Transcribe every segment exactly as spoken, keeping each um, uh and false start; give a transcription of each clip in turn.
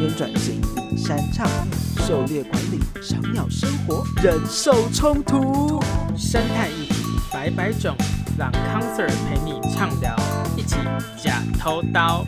能源转型、林山倡议、狩猎管理、赏鸟生活、人兽冲突、 生态议题百百种，让康 Sir 陪你畅聊，一起假偷刀。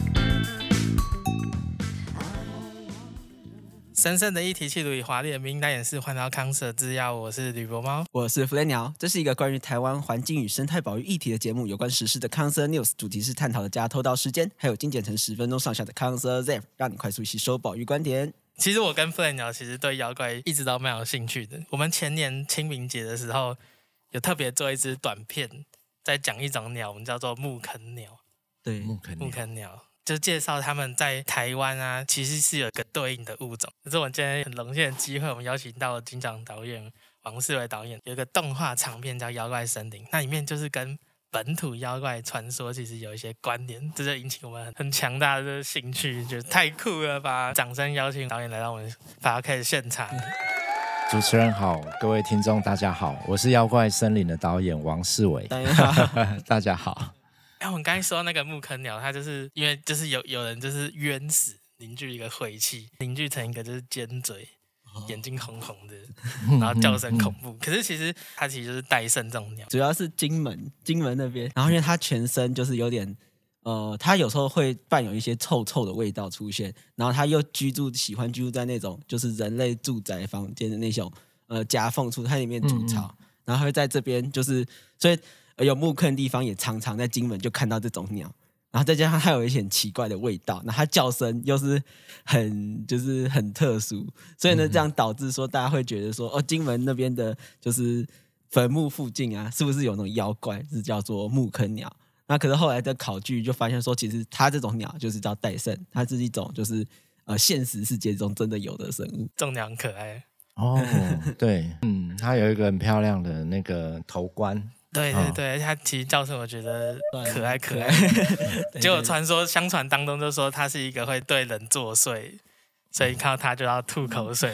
神圣的议题气度与华丽的名单演示，换到康 Sir 制药，我是吕伯猫， 我是弗雷鸟。这是一个关于台湾环境与生态保育议题的节目，有关时事的康 Sir News， 主题是探讨的假偷刀时间，还有精简成十分钟上下的康 Sir Zap， 让你快速吸收保育观点。 其实我跟弗雷鸟其实对妖怪一直都蛮有兴趣的。我们前年清明节的时候，有特别做一支短片，在讲一种鸟，我们叫做木坑鸟。 对， 木坑鸟。木坑鸟就介绍他们在台湾啊，其实是有一个对应的物种。可是我今天很荣幸的机会，我们邀请到了金奖导演王世伟导演，有一个动画长片叫《妖怪森林》，那里面就是跟本土妖怪传说其实有一些关联，这就引起我们很强大的兴趣，觉得太酷了吧！掌声邀请导演来到我们 Podcast 现场。 主持人好，各位听众大家好，我是《妖怪森林》的导演王世伟。大家好。 哎，我们刚才说那个木坑鸟，它就是因为就是有有人就是冤死，凝聚一个晦气，凝聚成一个就是尖嘴，眼睛红红的，然后叫声恐怖。可是其实它其实就是戴胜这种鸟， 主要是金门，金门那边，然后因为它全身就是有点，呃，它有时候会伴有一些臭臭的味道出现，然后它又居住喜欢居住在那种就是人类住宅房间的那种呃夹缝处，它里面筑巢，嗯嗯然后会在这边就是所以。有木坑的地方也常常在金门就看到这种鸟，然后再加上它有一些很奇怪的味道，然后它叫声又是很就是很特殊，所以呢，这样导致说大家会觉得说，哦，金门那边的就是坟墓附近啊，是不是有那种妖怪是叫做木坑鸟？那可是后来的考据就发现说，其实它这种鸟就是叫戴胜，它是一种就是呃现实世界中真的有的生物。 这种鸟很可爱哦，对，嗯，它有一个很漂亮的那个头冠。 对对对，它其实叫声我觉得可爱可爱，结果传说相传当中就说它是一个会对人作祟，所以看到它就要吐口水。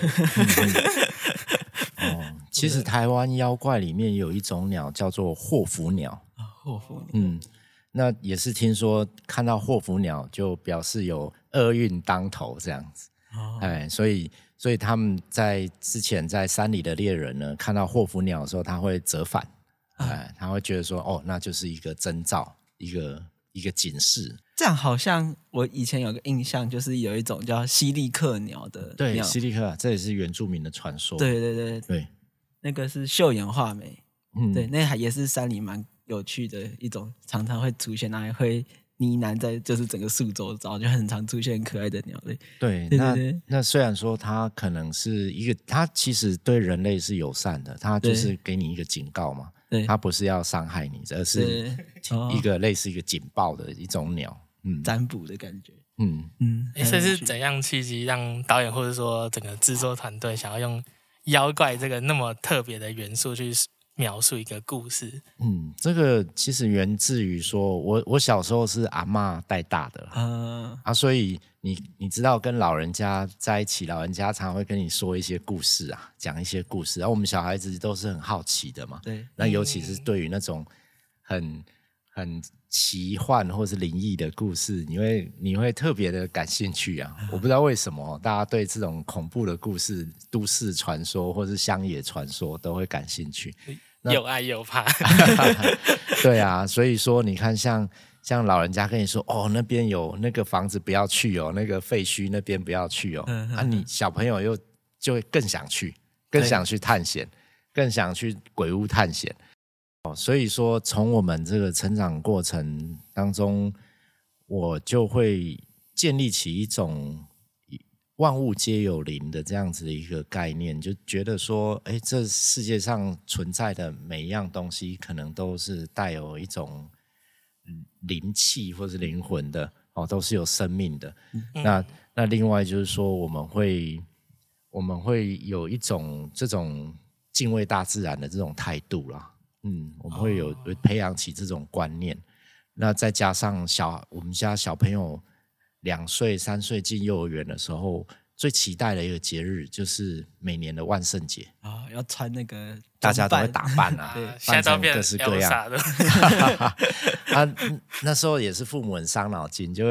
哦，其实台湾妖怪里面有一种鸟叫做祸福鸟。 啊，祸福鸟。 嗯，那也是听说看到祸福鸟就表示有厄运当头这样子。哦，哎，所以所以他们在之前在山里的猎人呢，看到祸福鸟的时候，他会折返。哎，他会觉得说，哦，那就是一个征兆，一个一个警示。 这样好像我以前有个印象，就是有一种叫犀利克鸟的鸟， 对，犀利克，这也是原住民的传说。 对对对对， 那个是秀眼画眉，嗯，对，那也是山里蛮有趣的一种，常常会出现，还会呢喃在就是整个树周遭，就很常出现很可爱的鸟类。 对， 对那对对那虽然说它可能是一个，它其实对人类是友善的，它就是给你一个警告嘛。它不是要伤害你，而是一个类似一个警报的一种鸟，嗯， 占卜的感觉， 嗯嗯。这是怎样契机让导演或者说整个制作团队想要用妖怪这个那么特别的元素去描述一个故事？ 嗯，这个其实源自于说我我小时候是阿嬷带大的，啊啊，所以你你知道跟老人家在一起，老人家常常会跟你说一些故事啊，讲一些故事，然后我们小孩子都是很好奇的嘛， 对， 那尤其是对于那种很很奇幻或是灵异的故事，你会你会特别的感兴趣啊！我不知道为什么大家对这种恐怖的故事、都市传说或是乡野传说都会感兴趣。 又爱又怕。 对啊，所以说你看像像老人家跟你说哦，那边有那个房子不要去哦，那个废墟那边不要去哦，嗯、啊你小朋友又就会更想去，更想去探险，更想去鬼屋探险。哦、所以说从我们这个成长过程当中，我就会建立起一种万物皆有灵的这样子的一个概念，就觉得说，哎，这世界上存在的每一样东西，可能都是带有一种灵气或是灵魂的，哦，都是有生命的。嗯、那那另外就是说，我们会我们会有一种这种敬畏大自然的这种态度啦，嗯，我们会有培养起这种观念。那再加上小我们家小朋友。两岁、三岁进幼儿园的时候，最期待的一个节日就是每年的万圣节啊、哦，要穿那个， 大家都会打扮啊， 扮成各式各样的。啊，那时候也是父母很伤脑筋，就会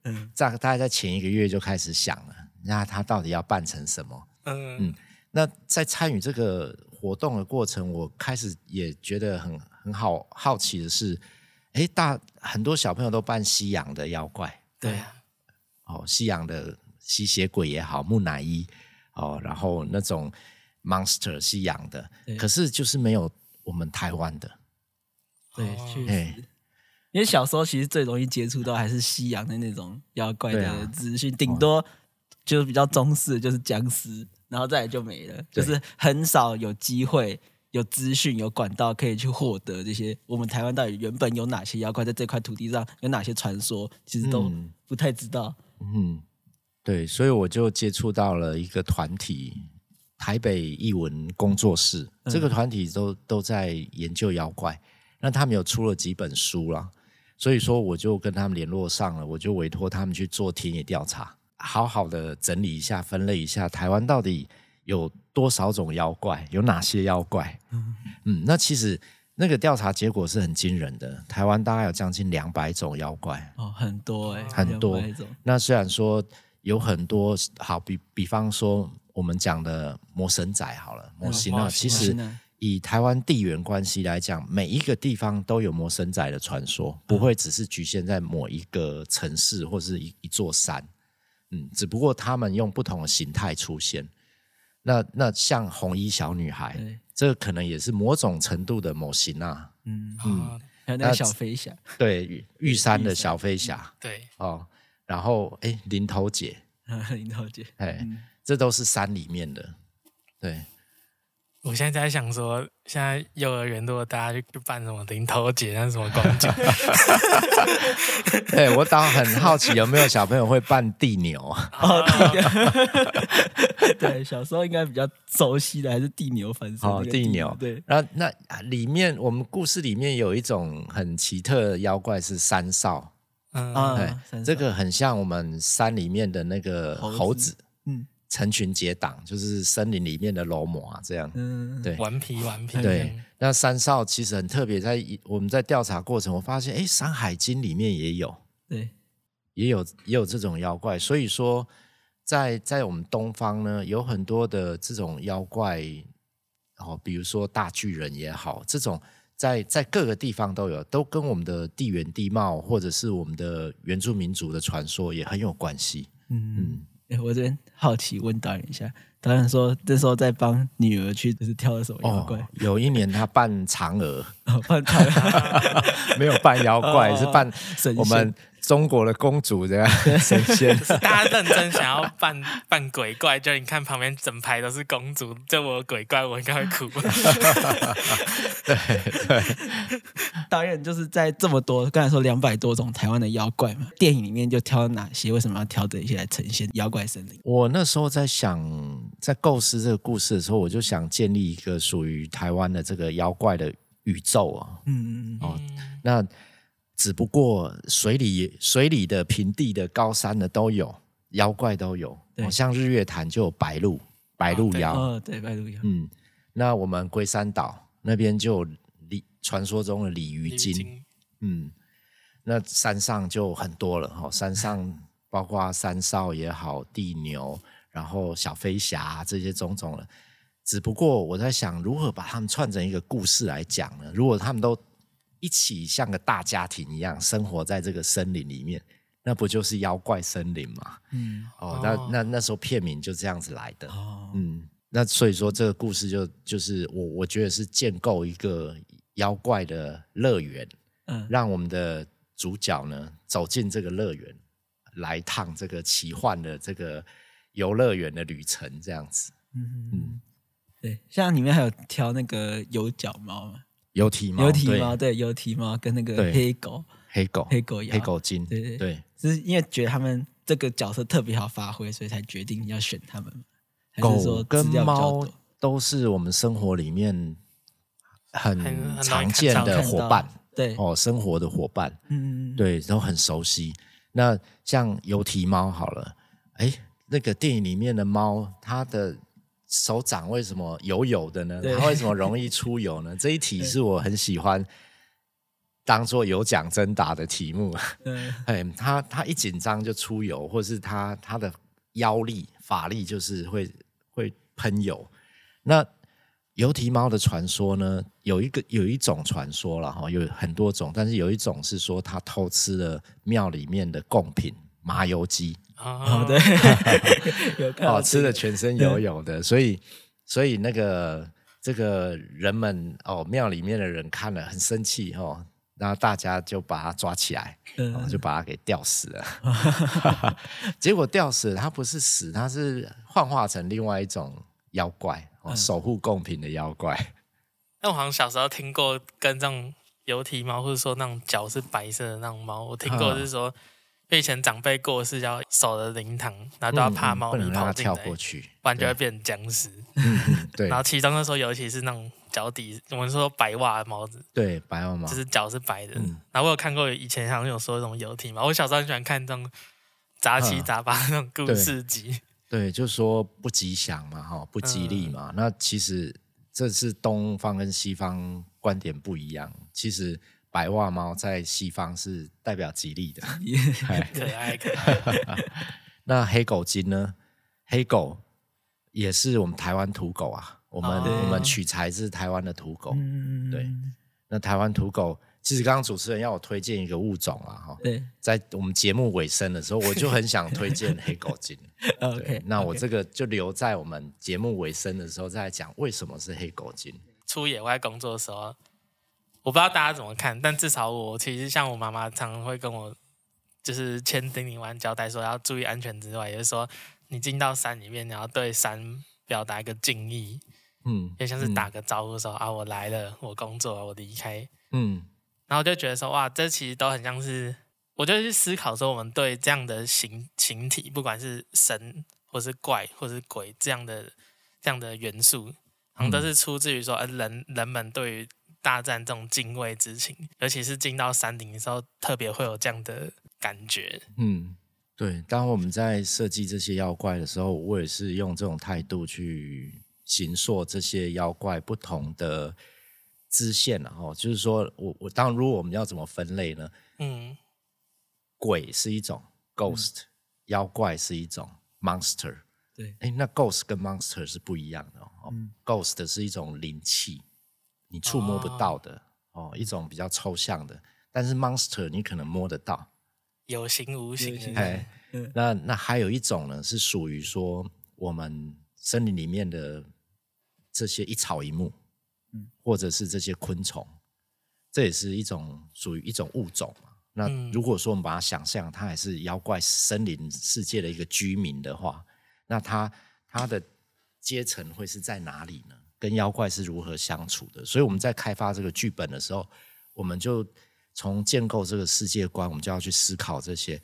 嗯，大大概在前一个月就开始想了，那他到底要办成什么？嗯嗯，那在参与这个活动的过程，我开始也觉得很很好好奇的是，哎，大很多小朋友都扮西洋的妖怪， 对啊， 哦，西洋的吸血鬼也好，木乃伊哦，然后那种 monster 西洋的，可是就是没有我们台湾的， 对，确实。因为小时候其实最容易接触到还是西洋的那种妖怪的资讯，顶、啊、多就是比较中式的就是僵尸，然后再来就没了，就是很少有机会有资讯有管道可以去获得这些我们台湾到底原本有哪些妖怪，在这块土地上有哪些传说，其实都不太知道。 嗯，嗯对，所以我就接触到了一个团体，台北艺文工作室，嗯、这个团体都都在研究妖怪，那他们有出了几本书啦。所以说我就跟他们联络上了，我就委托他们去做田野调查，好好的整理一下分类一下台湾到底有多少种妖怪，有哪些妖怪。 嗯, 嗯那其实那个调查结果是很惊人的，台湾大概有将近两百种妖怪。 哦，很多耶、 欸、很多。那虽然说有很多好 比, 比方说我们讲的魔神仔好了，魔神仔、哦、其实以台湾地缘关系来讲，每一个地方都有魔神仔的传说，不会只是局限在某一个城市或是 一, 一座山。嗯，只不过他们用不同的形态出现。那那像红衣小女孩，这个可能也是某种程度的魔神啊。 嗯嗯，还有那个小飞侠， 对，玉山的小飞侠， 对哦，然后哎，林头姐， 林头姐， 哎、嗯，这都是山里面的，对。 我现在在想说，现在幼儿园如果大家去扮什么林头姐，那是什么公主？ 对，我倒很好奇，有没有小朋友会扮地牛？ 哦，地牛。对，小时候应该比较熟悉的还是地牛翻身。 哦，地牛。 对， 然后那里面我们故事里面有一种很奇特的妖怪是山少，嗯啊，这个很像我们山里面的那个猴子，嗯。成群结党，就是森林里面的龙魔啊，这样。嗯，对， 顽皮顽皮。 对，那山少其实很特别，在我们在调查过程，我发现，哎，《山海经》里面也有， 对， 也有也有这种妖怪。所以说在，在在我们东方呢，有很多的这种妖怪，哦，比如说大巨人也好，这种在在各个地方都有，都跟我们的地缘地貌或者是我们的原住民族的传说也很有关系。嗯嗯。 欸、我这边好奇问导演一下，导演说这时候在帮女儿去就是挑了什么妖怪？哦、 有一年他扮嫦娥， 哦、扮嫦娥， 没有扮妖怪，哦、是扮我们中国的公主这样神仙。 大家认真想要扮扮鬼怪，就你看旁边整排都是公主，就我鬼怪我应该会哭。 对对， 导演就是在这么多刚才说两百多种台湾的妖怪嘛，电影里面就挑哪些？为什么要挑这些来呈现妖怪森林？ 我那时候在想，在构思这个故事的时候，我就想建立一个属于台湾的这个妖怪的宇宙啊。嗯嗯哦，那只不过水里水里的、平地的、高山的都有，妖怪都有。哦、像日月潭就有白鹿，白鹿妖。 哦，对，白鹿妖。 嗯，那我们龟山岛那边就有传说中的鲤鱼精。嗯，那山上就很多了。哦、山上包括山少也好，地牛，然后小飞侠这些种种的。只不过我在想，如何把他们串成一个故事来讲呢？如果他们都一起像个大家庭一样生活在这个森林里面，那不就是妖怪森林吗？嗯，哦，那那那时候片名就这样子来的。哦，嗯，那所以说这个故事就就是我我觉得是建构一个妖怪的乐园，嗯，让我们的主角呢走进这个乐园，来一趟这个奇幻的这个游乐园的旅程，这样子。嗯嗯，对，像里面还有挑那个有角猫嘛。 油蹄猫， 油蹄猫，对，油蹄猫跟那个黑狗， 黑狗， 黑狗妖， 黑狗精， 对对对， 是因为觉得他们这个角色特别好发挥，所以才决定要选他们。 狗跟猫都是我们生活里面很常见的伙伴， 对哦，生活的伙伴，嗯，对，都很熟悉。那像油蹄猫好了，哎，那个电影里面的猫，它的手掌为什么油油的呢？它为什么容易出油呢？这一题是我很喜欢当做有奖征答的题目。 嗯， 哎，他他一紧张就出油，或是他他的腰力法力就是会会喷油。那油蹄猫的传说呢，有一个有一种传说啦，有很多种，但是有一种是说他偷吃了庙里面的贡品麻油鸡。 哦，对，有看到、 哦，吃的全身油油的，所以所以那个这个人们哦，庙里面的人看了很生气哦，然后大家就把他抓起来， 嗯哦、就把他给吊死了。结果吊死了，他不是死，他是幻化成另外一种妖怪，哦、守护贡品的妖怪。 那我好像小时候听过跟这种油蹄猫，或者说那种脚是白色的那种猫，我听过是说。嗯因为以前长辈过世要守着灵堂，然后都要怕猫咪跑进来， 嗯嗯、跳过去， 不然就会变僵尸。 嗯嗯、对。 然后其中就说，尤其是那种脚底，我们说白袜的猫子， 对，白袜猫， 就是脚是白的。 嗯、 然后我有看过以前好像有说这种油蹄嘛，我小时候很喜欢看这种杂七杂八那种故事集。 对，对就说不吉祥嘛，哈，不吉利嘛。嗯、那其实这是东方跟西方观点不一样，其实。白袜猫在西方是代表吉利的， 可爱可爱。 那黑狗精呢？黑狗也是我们台湾土狗啊，我们、哦、我们取材自台湾的土狗。嗯、对，那台湾土狗，其实刚刚主持人要我推荐一个物种啊， 对， 在我们节目尾声的时候，我就很想推荐黑狗精。 OK， 那我这个就留在我们节目尾声的时候再来讲为什么是黑狗精。 出野外工作的时候。我不知道大家怎么看，但至少我其实像我妈妈常常会跟我就是千叮咛万交代说要注意安全之外，也就是说你进到山里面，你要对山表达一个敬意，嗯，也像是打个招呼说、嗯、啊我来了，我工作了，我离开，嗯，然后就觉得说哇，这其实都很像是，我就去思考说我们对这样的形形体，不管是神或是怪或是鬼这样的这样的元素，好像都是出自于说人人们对于大战这种敬畏之情，尤其是进到山顶的时候，特别会有这样的感觉。 嗯，对。当我们在设计这些妖怪的时候，我也是用这种态度去形塑这些妖怪不同的支线啊。哦，就是说我我当然，如果我们要怎么分类呢？嗯，鬼是一种 ghost，、嗯、妖怪是一种 monster。 对， 哎，那 ghost 跟 monster 是不一样的哦。嗯、ghost 是一种灵气。你触摸不到的、哦哦、一种比较抽象的，但是 monster 你可能摸得到， 有形无形的。 哎，那那还有一种呢，是属于说我们森林里面的这些一草一木，嗯，或者是这些昆虫，这也是一种属于一种物种嘛。那如果说我们把它想象，它还是妖怪森林世界的一个居民的话，那它它的阶层会是在哪里呢？跟妖怪是如何相处的？所以我们在开发这个剧本的时候，我们就从建构这个世界观，我们就要去思考这些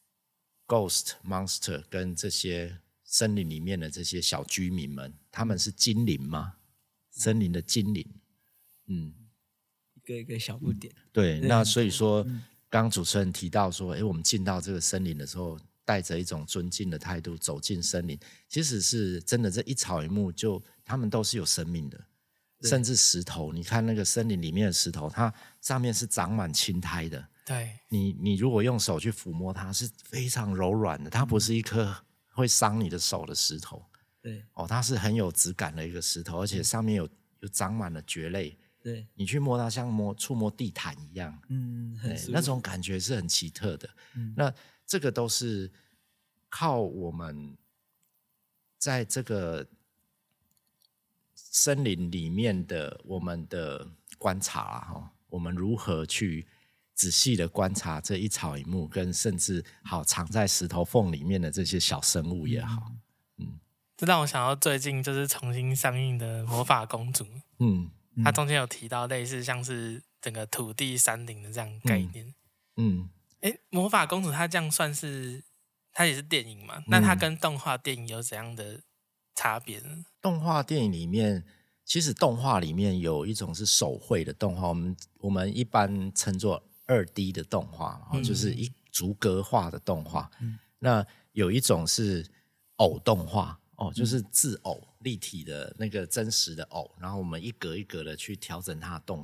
ghost monster 跟这些森林里面的这些小居民们，他们是精灵吗？森林的精灵，嗯， 一个一个小不点。 对，那所以说，刚刚主持人提到说，哎，我们进到这个森林的时候，带着一种尊敬的态度走进森林，其实是真的，这一草一木就他们都是有生命的，甚至石头，你看那个森林里面的石头，它上面是长满青苔的。 对， 你你如果用手去抚摸它，是非常柔软的，它不是一颗会伤你的手的石头。 对， 哦，它是很有质感的一个石头，而且上面有有长满了蕨类。 对， 你去摸它，像摸触摸地毯一样。嗯，很那种感觉是很奇特的。嗯，那这个都是靠我们在这个森林里面的我们的观察啊，我们如何去仔细的观察这一草一木，跟甚至好藏在石头缝里面的这些小生物也好， 嗯，这让我想到最近就是重新上映的《魔法公主》，嗯，它中间有提到类似像是整个土地山林的这样概念，嗯，哎、嗯，魔法公主它这样算是它也是电影嘛？那它跟动画电影有怎样的差别呢？ 动画电影里面，其实动画里面有一种是手绘的动画，我们我们一般称作二 D 的动画，嗯、就是一逐格化的动画。嗯、那有一种是偶动画哦，就是自偶立体的那个真实的偶，然后我们一格一格的去调整它的动作，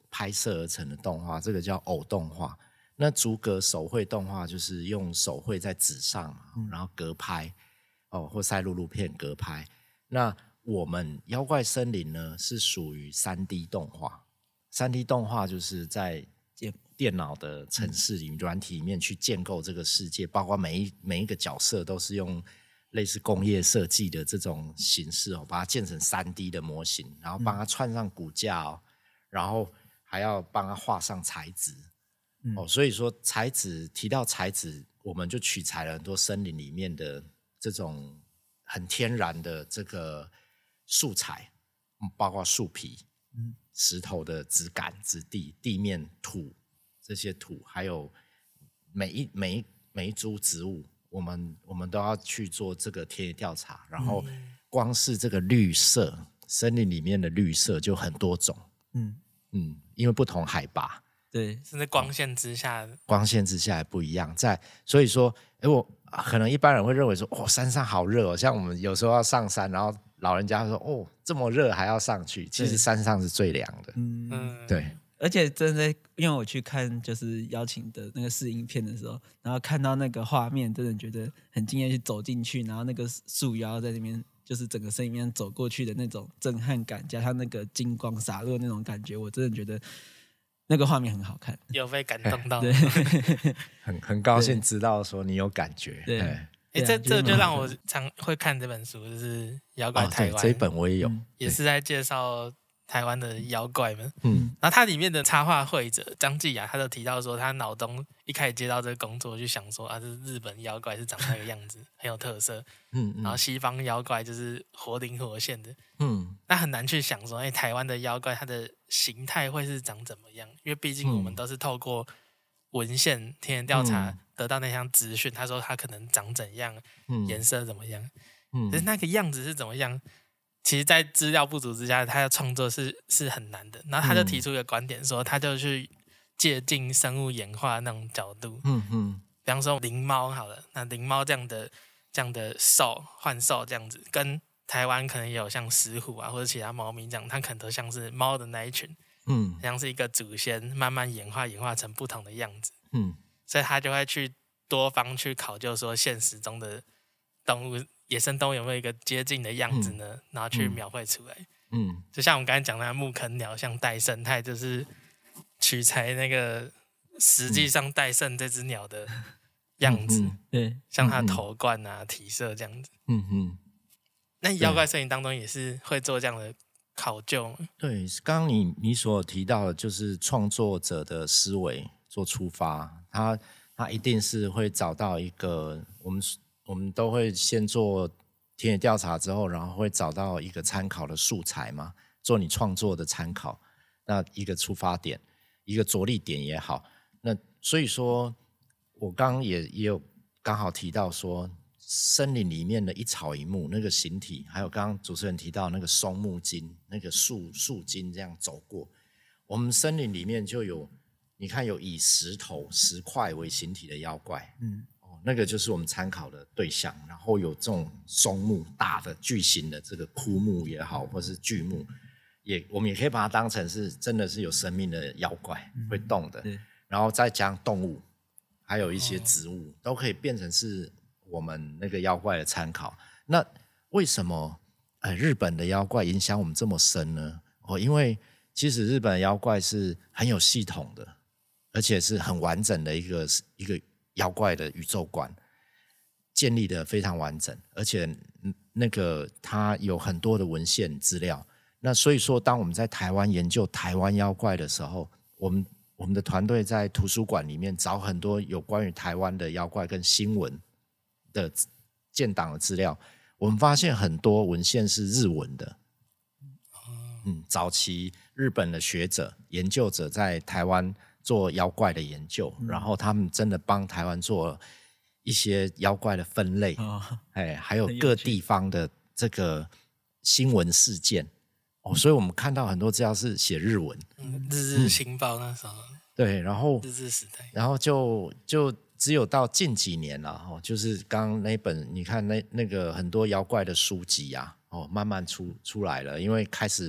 拍摄而成的动画，这个叫偶动画。那逐格手绘动画就是用手绘在纸上，嗯、然后格拍哦，或赛璐璐片格拍。那我们妖怪森林呢是属于 三 D 动画， 三 D 动画就是在电脑的程式里面、软体里面去建构这个世界，包括每一每一个角色都是用类似工业设计的这种形式哦，把它建成 三 D 的模型，然后帮它串上骨架哦，然后还要帮它画上材质。嗯、哦，所以说材质提到材质，我们就取材了很多森林里面的这种很天然的这个素材，包括树皮、嗯、石头的质感、质地、地面土这些土，还有每一每一每一株植物，我们我们都要去做这个田野调查，然后光是这个绿色，森林里面的绿色就很多种，嗯嗯，因为不同海拔。 对，甚至光线之下， 光线之下也不一样。在所以说，哎，我可能一般人会认为说，哦，山上好热哦。像我们有时候要上山，然后老人家说，哦，这么热还要上去，其实山上是最凉的。嗯，对。 而且真的，因为我去看就是邀请的那个试映片的时候，然后看到那个画面，真的觉得很惊艳。去走进去，然后那个树妖在那边，就是整个森林里面走过去的那种震撼感，加上那个金光洒落那种感觉，我真的觉得。那个画面很好看， 有被感动到， 对， 很很高兴知道说你有感觉， 对， 哎，这这就让我常会看这本书，就是《妖怪台湾》， 这一本我也有， 也是在介绍台湾的妖怪们。嗯，然后它里面的插画绘者张继雅，他就提到说，他脑中一开始接到这个工作，就想说啊，这日本妖怪是长那个样子，很有特色。嗯，然后西方妖怪就是活灵活现的。嗯，那很难去想说，哎，台湾的妖怪它的形态会是长怎么样？因为毕竟我们都是透过文献、田野调查得到那项资讯，他说它可能长怎样，嗯、颜色怎么样，嗯，可是那个样子是怎么样？其实，在资料不足之下，他要创作是是很难的。然后他就提出一个观点说，他就去借鉴生物演化那种角度。嗯嗯，比方说灵猫好了，那灵猫这样的这样的兽幻兽这样子，跟台湾可能也有像石虎啊或者其他猫咪这样，它可能都像是猫的那一群，嗯，像是一个祖先慢慢演化演化成不同的样子。嗯，所以他就会去多方去考究说现实中的动物。野生动物有没有一个接近的样子呢？嗯、然后去描绘出来。嗯，就像我们刚才讲的木坑鸟，像戴胜，它就是取材那个实际上戴胜这只鸟的样子。嗯、对，像它头冠啊、嗯、体色这样子。嗯嗯。那妖怪摄影当中也是会做这样的考究吗？ 对，刚刚你你所提到的，就是创作者的思维做出发，他他一定是会找到一个我们。我们都会先做田野调查之后，然后会找到一个参考的素材嘛，做你创作的参考。那一个出发点，一个着力点也好。那所以说，我刚刚也也有刚好提到说，森林里面的一草一木那个形体，还有刚刚主持人提到那个松木筋、那个树树筋这样走过，我们森林里面就有，你看有以石头石块为形体的妖怪，嗯。那个就是我们参考的对象，然后有这种松木大的巨型的这个枯木也好，或是巨木，也我们也可以把它当成是真的是有生命的妖怪，嗯、会动的，然后再加上动物，还有一些植物，哦、都可以变成是我们那个妖怪的参考。那为什么呃日本的妖怪影响我们这么深呢？哦，因为其实日本的妖怪是很有系统的，而且是很完整的一个一个。妖怪的宇宙观建立的非常完整，而且那个它有很多的文献资料。那所以说，当我们在台湾研究台湾妖怪的时候，我们我们的团队在图书馆里面找很多有关于台湾的妖怪跟新闻的建档的资料，我们发现很多文献是日文的。嗯，早期日本的学者研究者在台湾做妖怪的研究，嗯、然后他们真的帮台湾做一些妖怪的分类，哦、哎，还有各地方的这个新闻事件，哦，所以我们看到很多资料是写日文， 嗯、日日新报那时候，嗯、 对，然后日治时代， 然后就就只有到近几年了，哦，就是刚刚那本，你看那那个很多妖怪的书籍啊，哦，慢慢出出来了，因为开始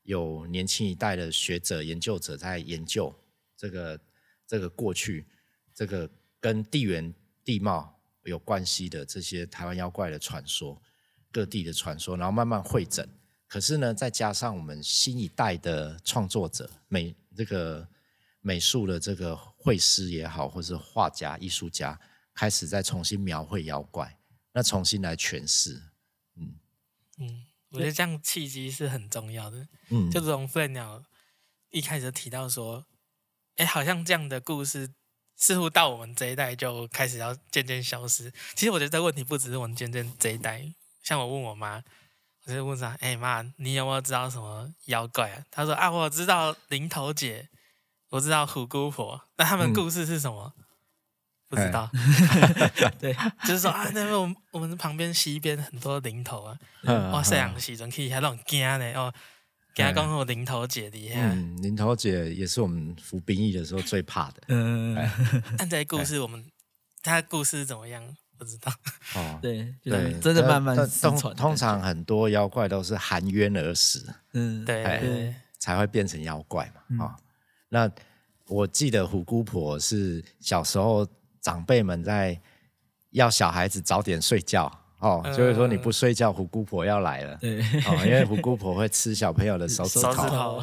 有年轻一代的学者研究者在研究这个这个过去这个跟地缘地貌有关系的这些台湾妖怪的传说，各地的传说，然后慢慢汇整。可是呢，再加上我们新一代的创作者，美这个美术的这个绘师也好，或是画家、艺术家，开始再重新描绘妖怪，那重新来诠释。嗯嗯，我觉得这样契机是很重要的。 嗯， 就从飞鸟一开始提到说，哎，好像这样的故事似乎到我们这一代就开始要渐渐消失。其实我觉得这个问题不只是我们渐渐这一代，像我问我妈。我就问她，哎、欸、妈，你有没有知道什么妖怪啊？她说啊，我知道林头姐，我知道虎姑婆，那他们故事是什么？嗯、不知道。对，就是说啊，那边我们我们旁边西边很多林头啊，哇，细汉时阵去还那种惊呢哦，惊讲有林头姐的。 嗯，林头姐也是我们服兵役的时候最怕的。 嗯，但这故事我们他故事怎么样？不知道哦，对对，真的慢慢失传。 通常很多妖怪都是含冤而死， 嗯，对对， 才会变成妖怪嘛。嗯哦、那我记得虎姑婆是小时候长辈们在要小孩子早点睡觉哦，嗯、就是说你不睡觉，虎姑婆要来了。对，哦，因为虎姑婆会吃小朋友的手指头。手指头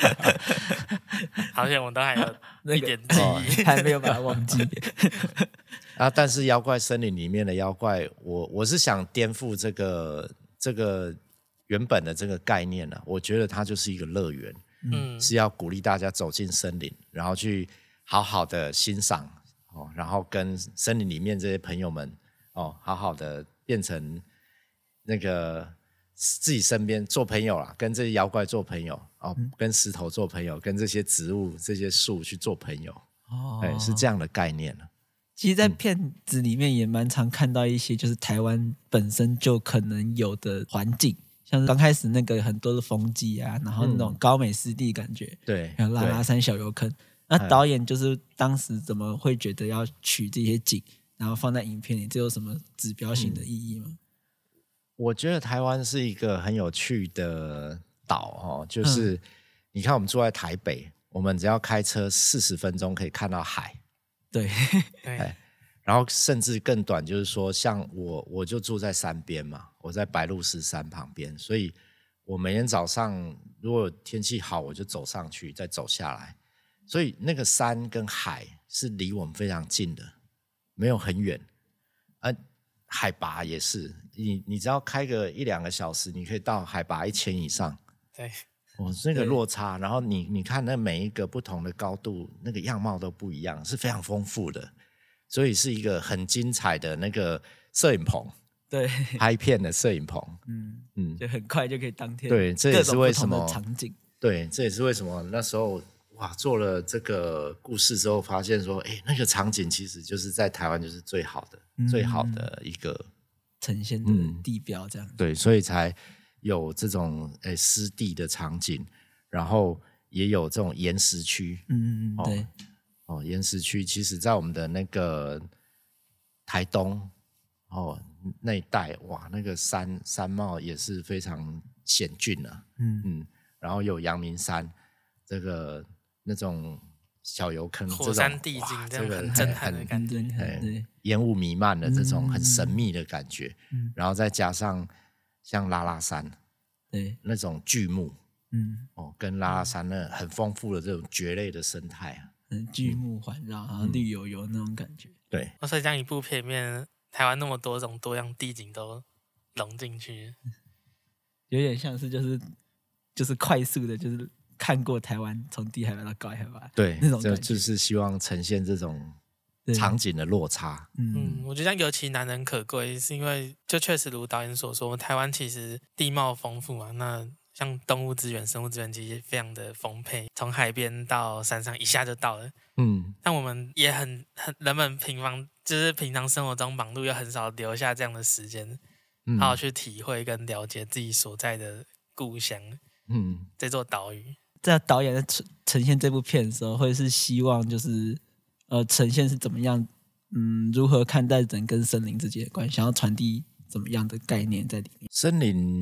好像我都还有一点记忆， 还没有把它忘记。 啊！但是妖怪森林里面的妖怪，我我是想颠覆这个这个原本的这个概念呢、啊。我觉得它就是一个乐园，嗯，是要鼓励大家走进森林，然后去好好的欣赏哦，然后跟森林里面这些朋友们哦，好好的变成那个自己身边做朋友啦，跟这些妖怪做朋友哦，嗯、跟石头做朋友，跟这些植物、这些树去做朋友，哦，哎，是这样的概念了。 其实，在片子里面也蛮常看到一些，就是台湾本身就可能有的环境，像刚开始那个很多的风机啊，然后那种高美湿地感觉， 对， 还有拉拉山小油坑。那导演就是当时怎么会觉得要取这些景，然后放在影片里，这有什么指标性的意义吗？ 嗯、我觉得台湾是一个很有趣的岛哦，就是、嗯、你看我们住在台北，我们只要开车四十分钟可以看到海。 对， 对，然后甚至更短，就是说，像我，我就住在山边嘛，我在白鹭鸶山旁边，所以我每天早上如果天气好，我就走上去，再走下来，所以那个山跟海是离我们非常近的，没有很远，啊，海拔也是，你你只要开个一两个小时，你可以到海拔一千以上， 对。 哦，那个落差，然后你你看那每一个不同的高度，那个样貌都不一样，是非常丰富的，所以是一个很精彩的那个摄影棚， 对， 拍片的摄影棚， 嗯嗯，就很快就可以当天， 对，这也是为什么场景， 对，这也是为什么那时候哇，做了这个故事之后，发现说，哎，那个场景其实就是在台湾就是最好的、嗯、最好的一个呈现的地标，这样、嗯， 对，所以才。有这种诶湿地的场景，然后也有这种岩石区， 嗯嗯嗯，对， 哦，岩石区其实在我们的那个台东哦那一带，哇，那个山山貌也是非常险峻啊，嗯嗯，然后有阳明山这个那种小油坑， 火山地景，这个很震撼的感觉， 对，烟雾弥漫的这种很神秘的感觉，嗯、然后再加上。像拉拉山， 对那种巨木，嗯，哦，跟拉拉山那很丰富的这种蕨类的生态啊， 嗯，巨木环绕，好像绿油油那种感觉。 对， 所以这样一部片面，台湾那么多种多样地景都融进去， 有点像是就是就是快速的，就是看过台湾从低海拔到高海拔， 对，那种就就是希望呈现这种。场景的落差， 嗯，我觉得这样尤其难能可贵，是因为就确实如导演所说，台湾其实地貌丰富嘛，那像动物资源、生物资源其实非常的丰沛，从海边到山上一下就到了，嗯，但我们也很很人们平常就是平常生活中忙碌，又很少留下这样的时间，嗯、好好去体会跟了解自己所在的故乡，嗯，这座岛屿。 在导演在呈呈现这部片的时候，会是希望就是。呃，呈现是怎么样？嗯，如何看待人跟森林之间的关系？想要传递怎么样的概念在里面？ 森林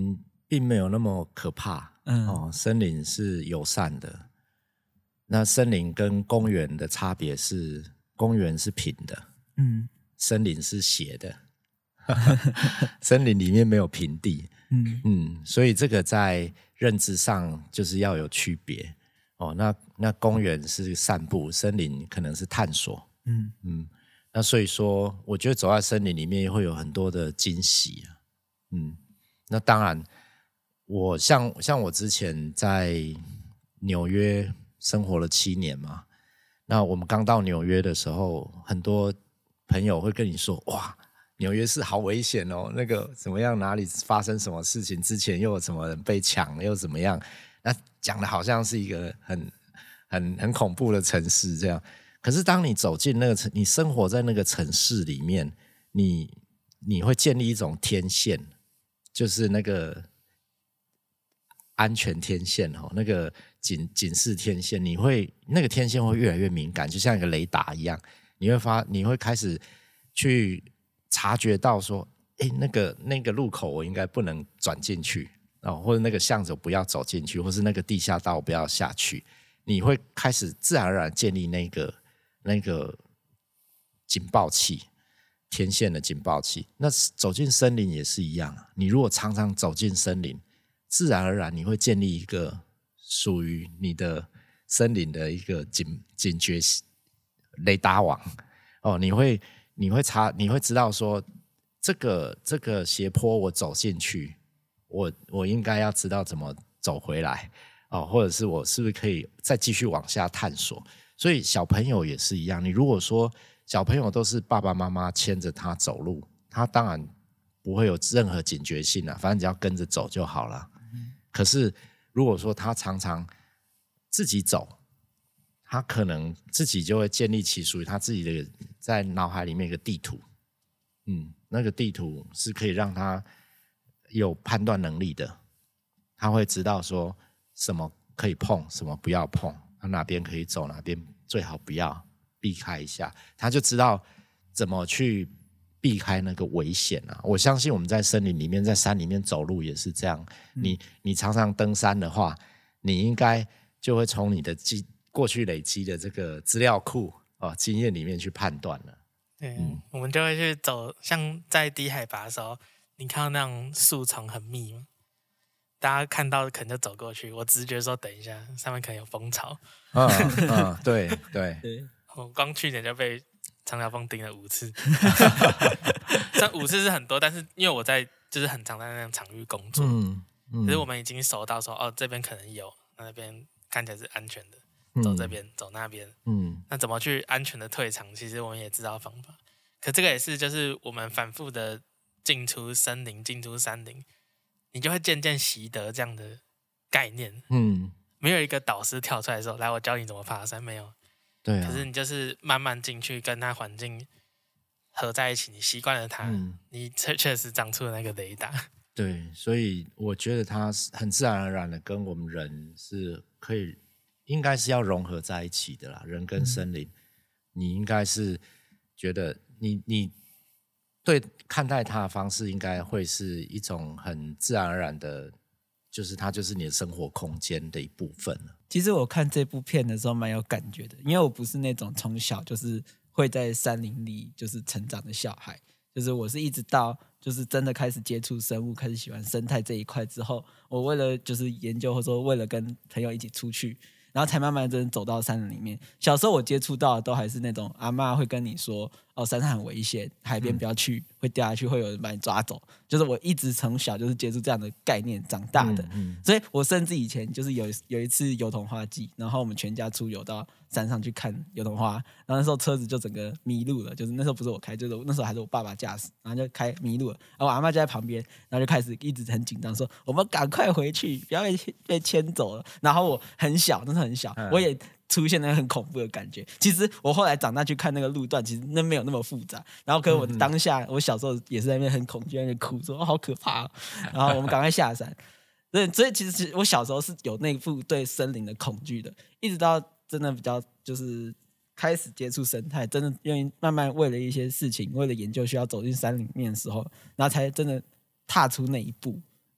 并没有那么可怕。嗯，哦，森林是友善的。那森林跟公园的差别是，公园是平的，嗯，森林是斜的。森林里面没有平地，嗯嗯，所以这个在认知上就是要有区别。哦，那那公园是散步，森林可能是探索。嗯嗯，那所以说，我觉得走在森林里面会有很多的惊喜。嗯，那当然，我像像我之前在纽约生活了七年嘛，那我们刚到纽约的时候，很多朋友会跟你说，哇，纽约市好危险哦，那个怎么样，哪里发生什么事情，之前又有什么人被抢，又怎么样，那讲的好像是一个很很很恐怖的城市这样。可是当你走进那个城，你生活在那个城市里面，你你会建立一种天线，就是那个安全天线哦，那个警警示天线，你会那个天线会越来越敏感，就像一个雷达一样，你会发，你会开始去察觉到说，哎，那个那个路口我应该不能转进去哦，或者那个巷子我不要走进去，或是那个地下道我不要下去，你会开始自然而然建立那个那个警报器，天线的警报器。那走进森林也是一样，你如果常常走进森林，自然而然你会建立一个属于你的森林的一个警警觉雷达网哦，你会你会查你会知道说，这个这个斜坡我走进去，我我应该要知道怎么走回来哦，或者是我是不是可以再继续往下探索。所以小朋友也是一样，你如果说小朋友都是爸爸妈妈牵着他走路，他当然不会有任何警觉性啊，反正只要跟着走就好了。嗯、可是如果说他常常自己走，他可能自己就会建立起属于他自己的在脑海里面一个地图，嗯，那个地图是可以让他有判断能力的，他会知道说什么可以碰，什么不要碰，他哪边可以走，哪边最好不要，避开一下，他就知道怎么去避开那个危险啊！我相信我们在森林里面，在山里面走路也是这样。嗯、你你常常登山的话，你应该就会从你的记过去累积的这个资料库啊、哦、经验里面去判断了。 对，嗯、我们就会去走，像在低海拔的时候，你看到那种树丛很密吗？大家看到可能就走过去，我直觉说等一下，上面可能有蜂巢。 嗯嗯，对对对，我光去年就被长条蜂叮了五次，这五次是很多，但是因为我在就是很常在那样场域工作，嗯嗯，可是我们已经熟到说，哦，这边可能有，那边看起来是安全的，走这边、嗯、走那边，嗯，那怎么去安全的退场？其实我们也知道方法，可这个也是就是我们反复的进出森林、进出山林，你就会渐渐习得这样的概念，嗯，没有一个导师跳出来说，来，我教你怎么爬山，没有。 对、啊， 可是你就是慢慢进去，跟它环境合在一起，你习惯了它，嗯、你确确实长出了那个雷达。 对，所以我觉得它很自然而然的跟我们人是可以，应该是要融合在一起的啦。人跟森林，嗯、你应该是觉得你你对看待它的方式，应该会是一种很自然而然的，就是它就是你的生活空间的一部分了。 其实我看这部片的时候蛮有感觉的，因为我不是那种从小就是会在山林里就是成长的小孩，就是我是一直到就是真的开始接触生物，开始喜欢生态这一块之后，我为了就是研究或者说为了跟朋友一起出去，然后才慢慢真的走到山林里面。小时候我接触到的都还是那种阿嬷会跟你说，哦，山上很危险，海边不要去，嗯、会掉下去，会有人把你抓走。就是我一直从小就是接触这样的概念长大的，嗯嗯、所以我甚至以前就是有有一次油桐花季，然后我们全家出游到山上去看油桐花，然后那时候车子就整个迷路了，就是那时候不是我开，就是那时候还是我爸爸驾驶，然后就开迷路了，然后我阿嬷就在旁边，然后就开始一直很紧张说，我们赶快回去，不要被被牵走了。然后我很小，那时候很小，我也出现那个很恐怖的感觉。其实我后来长大去看那个路段，其实那没有那么复杂。然后可是我当下，我小时候也是在那边很恐惧，在那边哭说、哦、好可怕、哦。然后我们赶快下山。对，所以其实我小时候是有那副对森林的恐惧的，一直到真的比较就是开始接触生态，真的愿意慢慢为了一些事情，为了研究需要走进山里面的时候，然后才真的踏出那一步。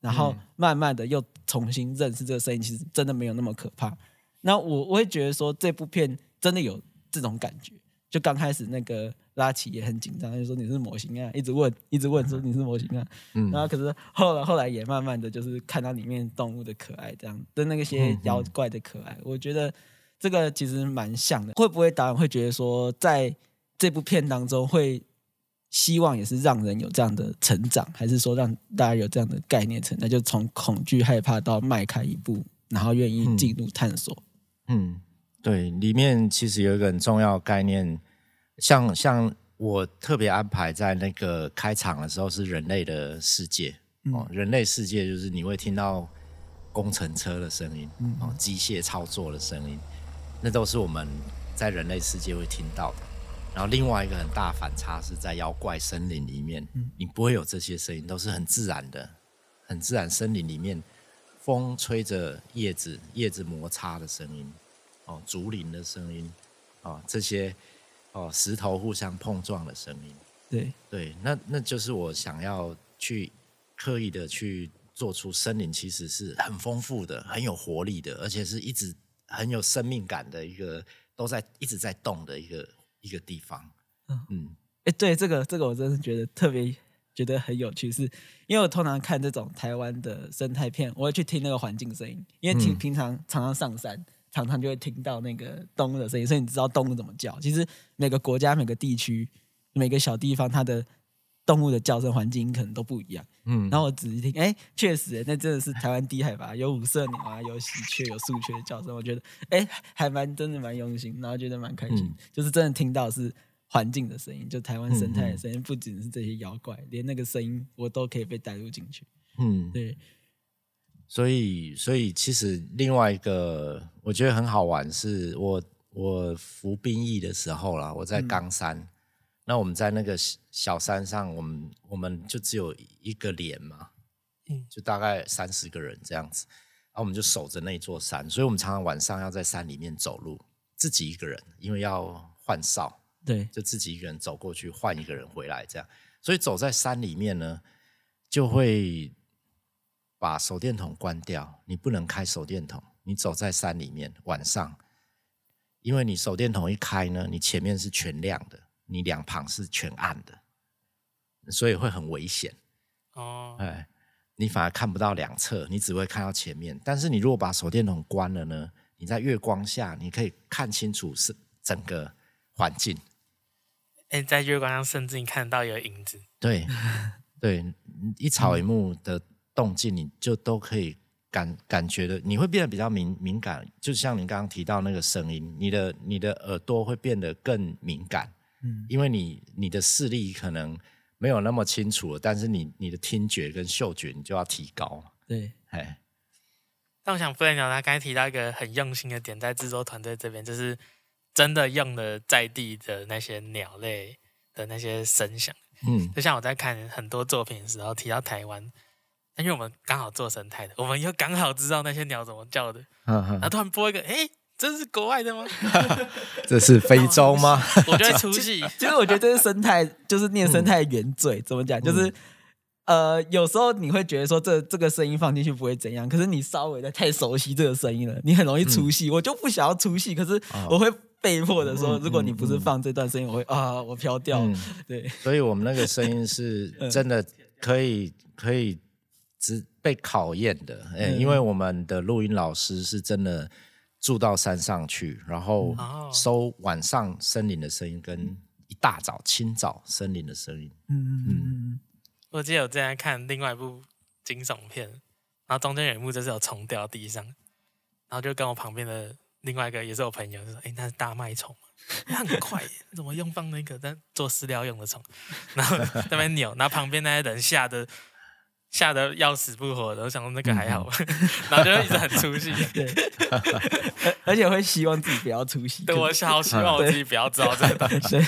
然后慢慢的又重新认识这个声音，其实真的没有那么可怕。那我我会觉得说这部片真的有这种感觉，就刚开始那个拉奇也很紧张，就说你是模型啊，一直问一直问说你是模型啊，嗯、然后可是后来后来也慢慢的就是看到里面动物的可爱，这样跟那些妖怪的可爱，嗯、我觉得这个其实蛮像的。会不会导演会觉得说在这部片当中会希望也是让人有这样的成长，还是说让大家有这样的概念成长，就从恐惧害怕到迈开一步，然后愿意进入探索？嗯， 嗯对，里面其实有一个很重要的概念，像像我特别安排在那个开场的时候是人类的世界、嗯哦、人类世界就是你会听到工程车的声音、嗯哦、机械操作的声音，那都是我们在人类世界会听到的。然后另外一个很大反差是在妖怪森林里面、嗯、你不会有这些声音，都是很自然的，很自然。森林里面风吹着叶子，叶子摩擦的声音，哦，竹林的声音，哦，这些哦石头互相碰撞的声音， 对对，那那就是我想要去刻意的去做出森林其实是很丰富的、很有活力的，而且是一直很有生命感的一个，都在一直在动的一个一个地方。嗯嗯， 哎，对，这个这个我真的觉得特别。觉得很有趣，是因为我通常看这种台湾的生态片，我会去听那个环境声音，因为听、嗯、平常常常上山，常常就会听到那个动物的声音，所以你知道动物怎么叫。其实每个国家、每个地区、每个小地方，它的动物的叫声环境可能都不一样。嗯，然后我仔细听，哎，确实，那真的是台湾低海拔，有五色鸟啊，有喜鹊、有树雀的叫声，我觉得，哎，还蛮真的蛮用心，然后觉得蛮开心，嗯、就是真的听到是。环境的声音，就台湾生态的声音，嗯嗯不仅是这些妖怪，连那个声音我都可以被带入进去。嗯，对。 所以，所以其实另外一个我觉得很好玩是，我我服兵役的时候啦，我在冈山，嗯、那我们在那个小山上，我们我们就只有一个连嘛，嗯，就大概三十个人这样子，然后我们就守着那座山，所以我们常常晚上要在山里面走路，自己一个人，因为要换哨。 对， 就自己一个人走过去，换一个人回来，这样。所以走在山里面呢，就会把手电筒关掉，你不能开手电筒。你走在山里面，晚上，因为你手电筒一开呢，你前面是全亮的，你两旁是全暗的，所以会很危险。哦，哎，你反而看不到两侧，你只会看到前面。但是你如果把手电筒关了呢，你在月光下，你可以看清楚是整个环境。 欸、在月光上甚至你看到有影子， 对对，一草一木的动静你就都可以感感觉的，你会变得比较敏敏感，就像你刚刚提到那个声音，你的你的耳朵会变得更敏感，嗯，因为你你的视力可能没有那么清楚了，但是你你的听觉跟嗅觉你就要提高， 对， 哎。 但我想布雷鸟他刚才提到一个很用心的点，在制作团队这边就是。真的用了在地的那些鸟类的那些声响，嗯，就像我在看很多作品的时候提到台湾，因为我们刚好做生态的，我们又刚好知道那些鸟怎么叫的，嗯、然后突然播一个，哎，这是国外的吗？ 这是非洲吗？ 我就会出戏。 其实我觉得这是生态，就是念生态的原罪，嗯、怎么讲？就是、嗯、呃，有时候你会觉得说这这个声音放进去不会怎样，可是你稍微的太熟悉这个声音了，你很容易出戏。嗯、我就不想要出戏，可是我会。被迫的说，如果你不是放这段声音，我会啊，我飘掉。嗯、对， 所以我们那个声音是真的可以可以只被考验的，欸嗯、因为我们的录音老师是真的住到山上去，然后收晚上森林的声音跟一大早清早森林的声音。嗯嗯，我记得我之前看另外一部惊悚片，然后中间有一幕就是有虫掉地上，然后就跟我旁边的。另外一个也是我朋友就说：“哎、欸，那是大麦虫，它很快，怎么用放那个在做饲料用的虫？”然后在那边扭，然后旁边那些人吓得吓得要死不活的，我想说那个还好，嗯、然后就一直很出戏， 对，而且会希望自己不要出戏。 对，我好希望我自己不要知道这个东西。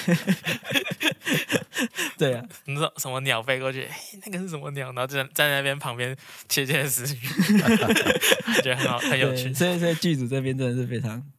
对啊， 你说什么鸟飞过去，哎、欸，那个是什么鸟？然后就在那边旁边窃窃私语，觉得很好，很有趣。 所以，所以剧组这边真的是非常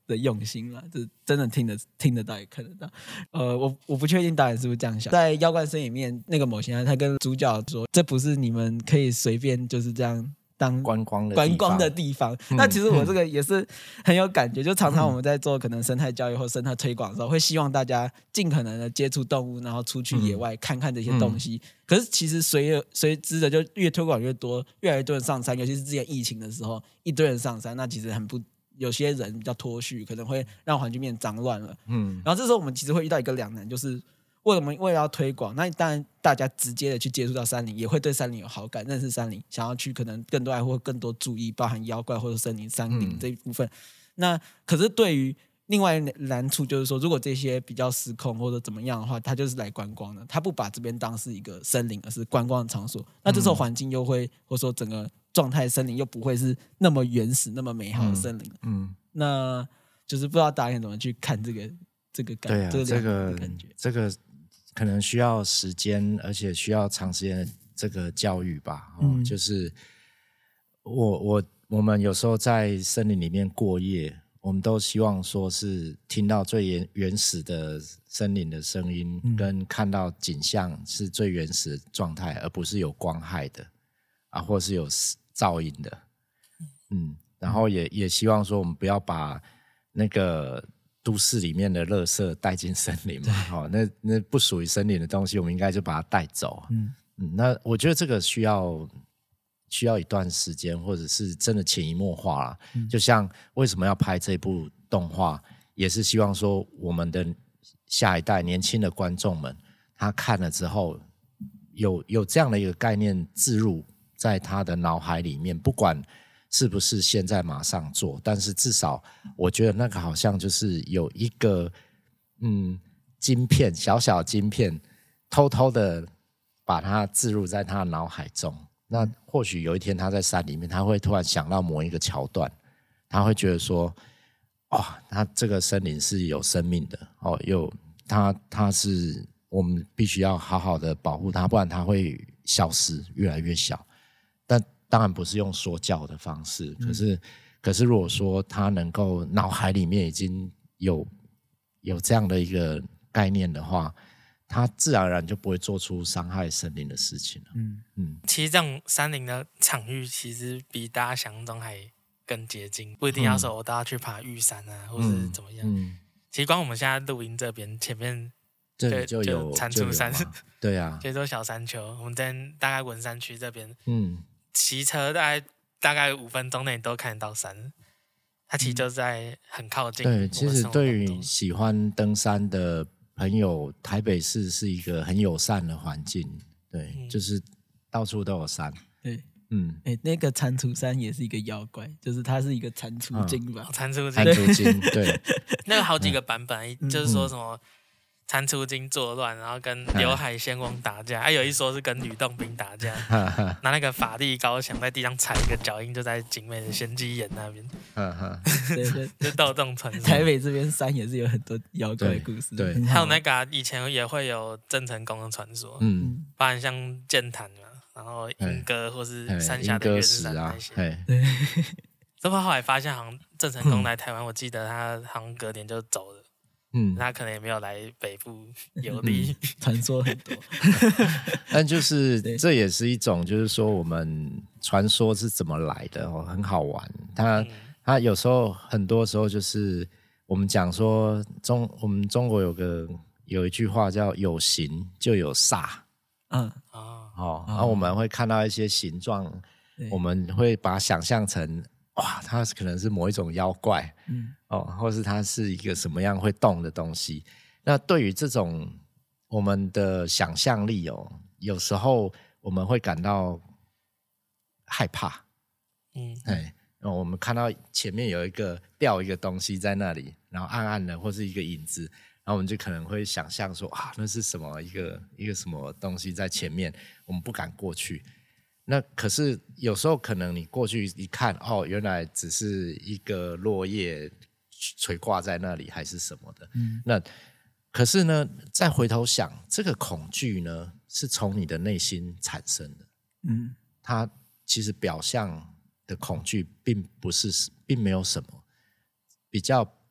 的用心了，这真的听得听得到也看得到。呃，我我不确定导演是不是这样想，在妖怪森里面，那个某些人他跟主角说，这不是你们可以随便就是这样当观光的观光的地方。 嗯、 那其实我这个也是很有感觉，就常常我们在做可能生态教育或生态推广的时候，会希望大家尽可能的接触动物，然后出去野外看看这些东西。嗯、可是其实随随之的就越推广越多，越来越多人上山，尤其是之前疫情的时候，一堆人上山，那其实很不。有些人比较脱序，可能会让环境变脏乱了。嗯，然后这时候我们其实会遇到一个两难，就是为什么为了要推广，那当然大家直接的去接触到山林，也会对山林有好感，认识山林，想要去可能更多爱护、更多注意，包含妖怪或者森林、山林这一部分。嗯、那可是对于另外难处就是说，如果这些比较失控或者怎么样的话，他就是来观光的，他不把这边当是一个森林，而是观光的场所。那这时候环境又会，或者说整个状态森林又不会是那么原始、那么美好的森林。嗯，嗯那就是不知道导演怎么去看这个这个感觉， 对啊， 这个感觉， 这个可能需要时间，而且需要长时间的这个教育吧。哦，嗯、就是我我我们有时候在森林里面过夜。我们都希望说是听到最原原始的森林的声音，嗯、跟看到景象是最原始的状态，而不是有光害的啊，或是有噪音的。嗯，然后也也希望说我们不要把那个都市里面的垃圾带进森林嘛，哦，那那不属于森林的东西，我们应该就把它带走。嗯嗯，那我觉得这个需要。需要一段时间，或者是真的潜移默化啦。嗯、就像为什么要拍这部动画，也是希望说我们的下一代年轻的观众们，他看了之后有有这样的一个概念置入在他的脑海里面，不管是不是现在马上做，但是至少我觉得那个好像就是有一个嗯晶片，小小的晶片，偷偷的把它置入在他的脑海中。那或许有一天他在山里面，他会突然想到某一个桥段，他会觉得说，哦，他这个森林是有生命的，哦，有他他是我们必须要好好的保护它，不然它会消失，越来越小。但当然不是用说教的方式，可是、嗯、可是如果说他能够脑海里面已经有有这样的一个概念的话。他自然而然就不会做出伤害森林的事情了。嗯嗯，其实这种山林的场域其实比大家想象中还更接近，不一定要说我都要去爬玉山啊，嗯、或是怎么样。嗯，其实光我们现在录音这边前面这里就有蟾蜍山， 对啊， 这座小山丘，我们在大概文山区这边，嗯，骑车大概大概五分钟内都看得到山。它其实就在很靠近。 对，其实对于喜欢登山的朋友，台北市是一个很友善的环境，对，嗯、就是到处都有山。 对，嗯，哎、欸，那个蟾蜍山也是一个妖怪，就是它是一个蟾蜍精吧？ 蟾蜍蟾蜍精，对， 那个好几个版本，嗯、就是说什么蟾蜍精作乱，然后跟刘海仙翁打架，还、啊、有一说是跟吕洞宾打架，拿那个法力高强在地上踩一个脚印，就在景美的仙姬岩那边，对对，就都有这种传说。 台北这边山也是有很多妖怪故事， 对， 还有那个、啊、以前也会有郑成功的传说，嗯，包含像剑潭嘛，然后莺歌或是山下的月日山那些，对。这不后来发现，好像郑成功来台湾，嗯、我记得他好像隔年就走了。嗯，他可能也没有来北部游历， 传、嗯、说很多， 但就是这也是一种，就是说我们传说是怎么来的哦，很好玩。它、嗯、它有时候很多时候就是我们讲说中，我们中国有个有一句话叫有形就有煞，嗯哦哦，然后我们会看到一些形状，我们会把它想象成。哇，它可能是某一种妖怪，嗯，哦，或是它是一个什么样会动的东西。那对于这种我们的想象力哦，有时候我们会感到害怕，嗯，哎，我们看到前面有一个掉一个东西在那里，然后暗暗的或是一个影子，然后我们就可能会想象说啊，那是什么一个一个什么东西在前面，我们不敢过去。那可是有时候可能你过去一看，哦，原来只是一个落叶垂挂在那里，还是什么的。嗯、那可是呢，再回头想，这个恐惧呢，是从你的内心产生的。嗯，它其实表象的恐惧并不是，并没有什么。比较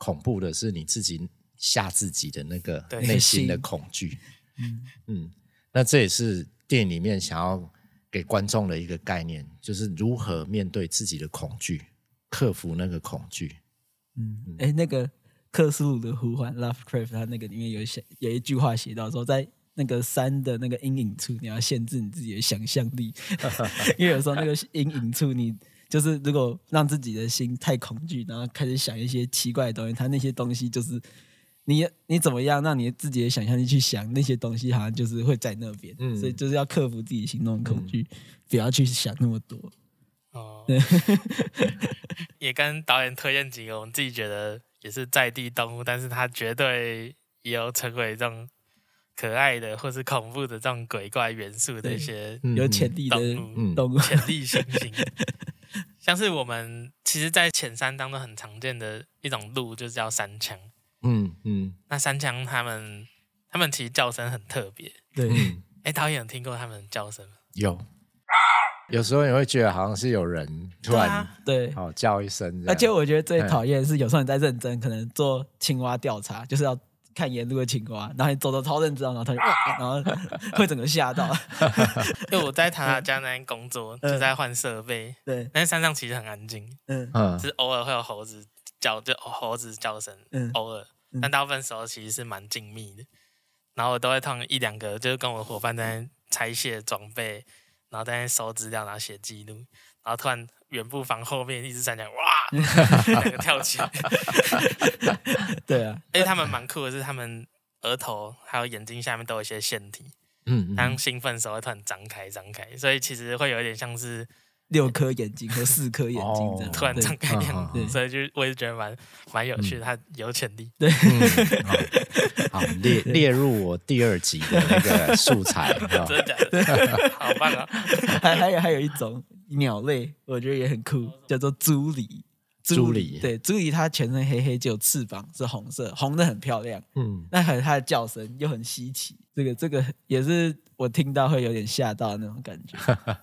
恐怖的是你自己吓自己的那个对内心的恐惧。 嗯嗯，那这也是电影里面想要给观众的一个概念，就是如何面对自己的恐惧，克服那个恐惧。 嗯，哎、欸，那个克苏鲁的呼唤 Lovecraft 他那个里面有写有一句话写到说，在那个山的那个阴影处，你要限制你自己的想象力，因为有时候那个阴影处，你就是如果让自己的心太恐惧，然后开始想一些奇怪的东西，它那些东西就是你你怎么样让你自己的想象力去想那些东西，好像就是会在那边，嗯、所以就是要克服自己心中的恐惧，嗯、不要去想那么多。 哦，也跟导演推荐几个我们自己觉得也是在地动物，但是它绝对也有成为这种可爱的或是恐怖的这种鬼怪元素的一些有潜力的动物， 潜力猩猩。像是我们其实，在浅山当中很常见的一种鹿，就是叫山羌。 嗯嗯， 那山羌他们他们其实叫声很特别。 对， 哎、欸，导演有听过他们的叫声吗？ 有。有时候你会觉得好像是有人突然对、啊、 哦叫一声， 而且我觉得最讨厌的是有时候你在认真，可能做青蛙调查，就是要看沿路的青蛙，然后你走的超认真，然后他就、啊、然后会整个吓到。 因为我在塔塔家那边工作，嗯、就在换设备， 对， 但是山上其实很安静， 嗯， 就是偶尔会有猴子叫，就猴子叫声，嗯，偶尔，但大部分时候其实是蛮静谧的。然后我都会通一两个，就是跟我的伙伴在拆卸装备。然后在那收资料，然后写记录，然后突然远部房后面一只山羌，哇，两个跳起来。 对啊， 而且他们蛮酷的是，他们额头还有眼睛下面都有一些腺体， 嗯， 当兴奋的时候会突然张开张开，所以其实会有一点像是六颗眼睛和四颗眼睛这样、 哦、突然张开的样子，所以就我也觉得蛮蛮有趣的，它有潜力。 对， 嗯、好, 好列列入我第二集的那个素材。 真的假的？好棒啊！ 还还有还有一种鸟类，我觉得也很酷，叫做朱鹂。 朱鹂， 对，朱鹂它全身黑黑，只有翅膀是红色，红的很漂亮。嗯，那还有它的叫声又很稀奇，这个这个也是我听到会有点吓到的那种感觉。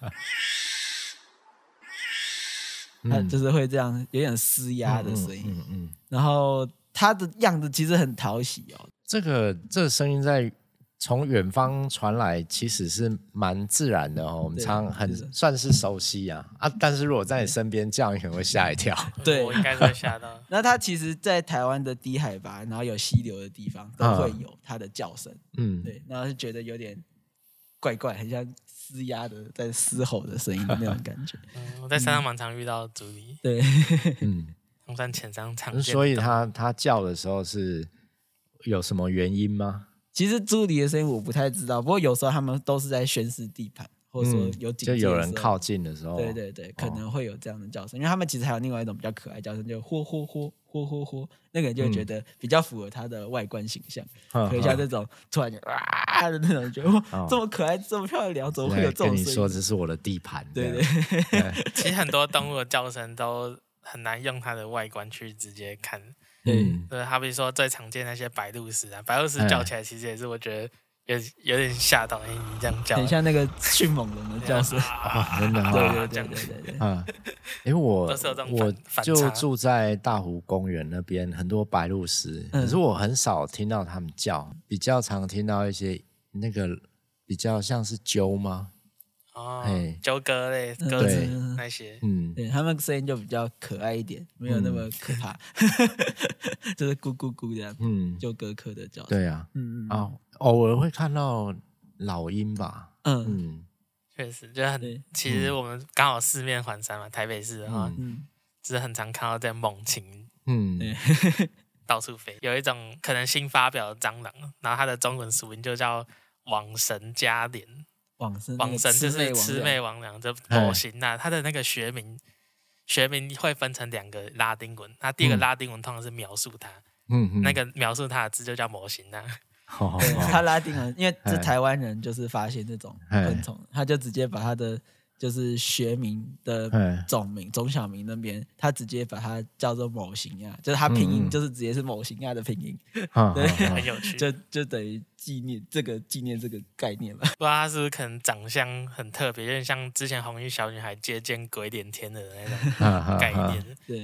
它就是会这样有点嘶哑的声音，嗯嗯嗯嗯、然后它的样子其实很讨喜哦。 这个这个声音在从远方传来，其实是蛮自然的哦。我们常很算是熟悉啊啊！但是如果在你身边叫，你可能会吓一跳。 对， 我应该是会吓到。 那它其实，在台湾的低海拔，然后有溪流的地方，都会有它的叫声。嗯，对，然后就觉得有点怪怪，很像嘶哑的在嘶吼的声音那种感觉。 嗯，我在山上蛮常遇到朱鹂。 对， 嗯，红山浅山常见。 所以它它叫的时候是有什么原因吗？ 其实朱鹂的声音我不太知道，不过有时候他们都是在宣示地盘，或者说有警戒的时候、嗯、 就有人靠近的时候， 对对对，可能会有这样的叫声，哦、因为他们其实还有另外一种比较可爱叫声，就呼呼呼呼呼呼，那个人就会觉得比较符合他的外观形象，可、嗯、以像这种突然就啊的那种，觉得哇、哦、这么可爱，这么漂亮，怎么会有这种声音？ 跟你说这是我的地盘， 对对对。其实很多动物的叫声都很难用它的外观去直接看。 嗯， 对，好比说最常见那些白鹭鸶啊，白鹭鸶叫起来其实也是我觉得有有点吓到，哎、欸，你这样叫， 很像那个迅猛龙的叫声， 啊、真的、哦， 对对对对对对， 啊，因为我我就住住在大湖公园那边，很多白鹭鸶，可是我很少听到他们叫，比较常听到一些那个比较像是鸠吗？ 哦，鸠鸽类鸽子那些， 嗯，对，他们声音就比较可爱一点，没有那么可怕，嗯、就是咕咕咕这样，嗯，鸠鸽科的叫声， 对啊，嗯嗯啊，偶尔会看到老鹰吧， 嗯嗯， 确实，就很，其实我们刚好四面环山嘛，台北市的话，嗯，就是很常看到在猛禽，嗯，到处飞，有一种可能新发表的蟑螂，然后它的中文俗音就叫网神加连。 网神， 网神就是魑魅魍魉，这某型啊，它的那个学名，学名会分成两个拉丁文。它第一个拉丁文通常是描述它，嗯嗯，那个描述它的字就叫模型啊。 哦、对，它拉丁文，因为是台湾人就是发现这种昆虫，他就直接把它的就是学名的种名、种小名那边，他直接把它叫做某型啊，就是它拼音就是直接是某型啊的拼音， 嗯、 对， 很有趣， 就就等于纪念这个纪念这个概念吧。 不知道他是不是可能长相很特别，有点像之前红衣小女孩接见鬼脸天的那种概念。 对，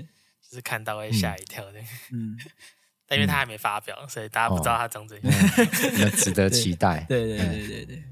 就是看到会吓一跳的。 嗯， 但因为他还没发表，所以大家不知道他长怎样。 哦、那值得期待。 对对对对对。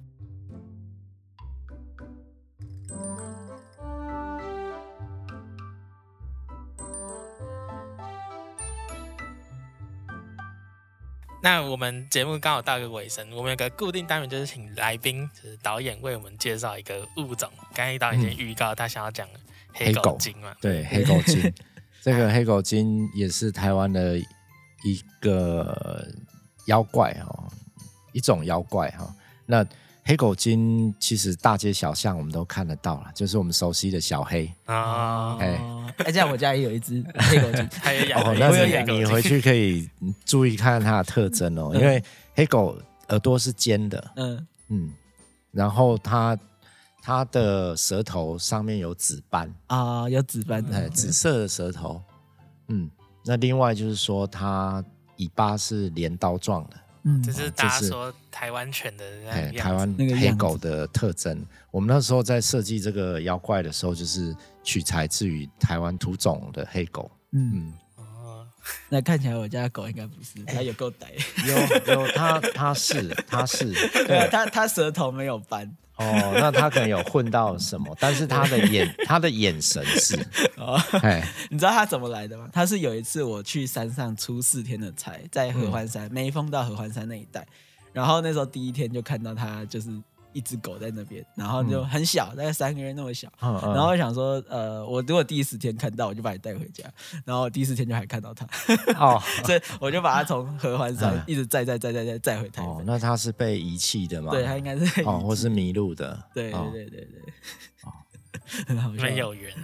那我们节目刚好到一个尾声，我们有个固定单元，就是请来宾，就是导演为我们介绍一个物种。刚才导演已经预告他想要讲黑狗精嘛， 对，黑狗精。这个黑狗精也是台湾的一个妖怪哦，一种妖怪哈、哦。那黑狗精其实大街小巷我们都看得到了，就是我们熟悉的小黑啊。 哎、哦，哎，这样我家也有一只黑狗精， 还有养哦，那是你回去可以注意看它的特征哦，因为黑狗耳朵是尖的，嗯嗯，然后它它的舌头上面有紫斑啊，有紫斑的， 紫色的舌头，嗯，那另外就是说它尾巴是镰刀状的。 嗯，这是大家说台湾犬的那样子， 台湾黑狗的特征。我们那时候在设计这个妖怪的时候，就是取材自于台湾土种的黑狗。嗯，嗯哦，那看起来我家的狗应该不是，它有够歹。 有有，它它是它是， 对，它它舌头没有斑。 哦，那他可能有混到什么，但是他的眼他的眼神是哦，你知道他怎么来的吗？他是有一次我去山上出四天的差，在合欢山、嗯、梅峰到合欢山那一带，然后那时候第一天就看到他就是一只狗在那边，然后就很小，嗯、大概三个月那么小，嗯嗯、然后我想说，呃，我如果第四天看到，我就把你带回家，然后第四天就还看到他，哦，所以我就把他从合欢山一直载载载载载载回台北。 哦，那他是被遗弃的吗？ 对，他应该是哦，或是迷路的。 对对对对对，哦，很好笑， 没有缘。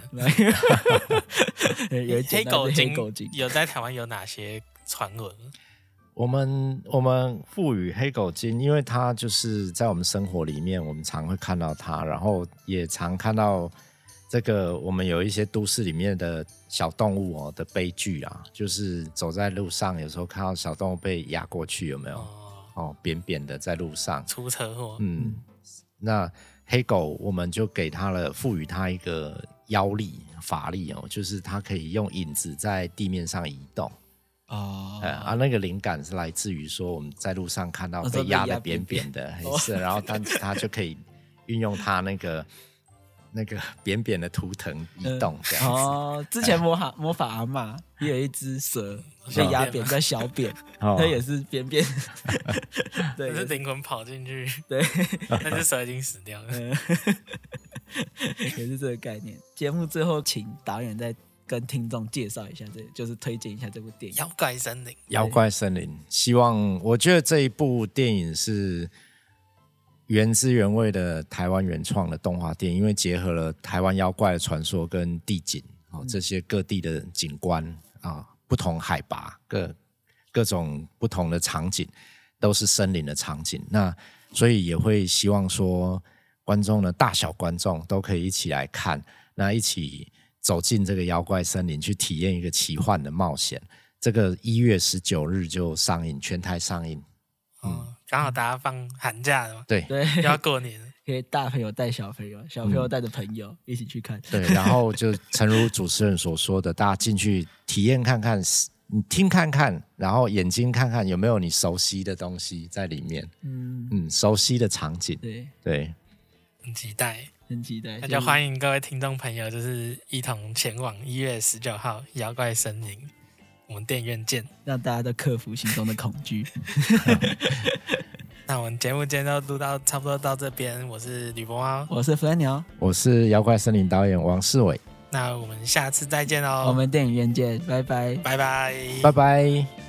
有黑狗精，黑狗精有在台湾有哪些传闻？ 我们我们赋予黑狗精，因为它就是在我们生活里面，我们常会看到它，然后也常看到这个我们有一些都市里面的小动物哦的悲剧啊，就是走在路上，有时候看到小动物被压过去，有没有？哦，哦扁扁的在路上出车祸。 嗯，那黑狗我们就给它了，赋予它一个妖力法力哦，就是它可以用影子在地面上移动。哦、嗯，啊，那个灵感是来自于说我们在路上看到被压得扁扁的黑色，然后但是它就可以运用它那个那个扁扁的图腾移动这样子。 哦，之前魔法魔法阿嬷也有一只蛇被压扁，叫小扁，它、哦、也是扁扁。 对，是灵魂跑进去， 对， 那只蛇已经死掉了。 也是这个概念。节目最后，请导演再跟听众介绍一下，这就是推荐一下这部电影《 妖怪森林》。 妖怪森林，希望我觉得这一部电影是原汁原味的台湾原创的动画电影，因为结合了台湾妖怪的传说跟地景、哦、这些各地的景观啊，不同海拔各各种不同的场景，都是森林的场景。那所以也会希望说，观众呢，大小观众都可以一起来看，那一起走进这个妖怪森林，去体验一个奇幻的冒险。这个一月十九日就上映，全台上映。 嗯，刚好大家放寒假了嘛， 对对， 要过年了， 可以大朋友带小朋友，小朋友带着朋友、嗯、一起去看。 对，然后就诚如主持人所说的，大家进去体验看看，你听看看，然后眼睛看看有没有你熟悉的东西在里面。嗯嗯，熟悉的场景。 对对， 很期待。 很期待， 那就欢迎各位听众朋友，就是一同前往一月十九号妖怪森林，我们电影院见， 让大家都克服心中的恐惧。 那我们节目今天就录到差不多到这边，我是吕博猫， 我是弗兰鸟， 我是妖怪森林导演王世伟。 那我们下次再见喽， 我们电影院见，拜拜， 拜拜， 拜拜。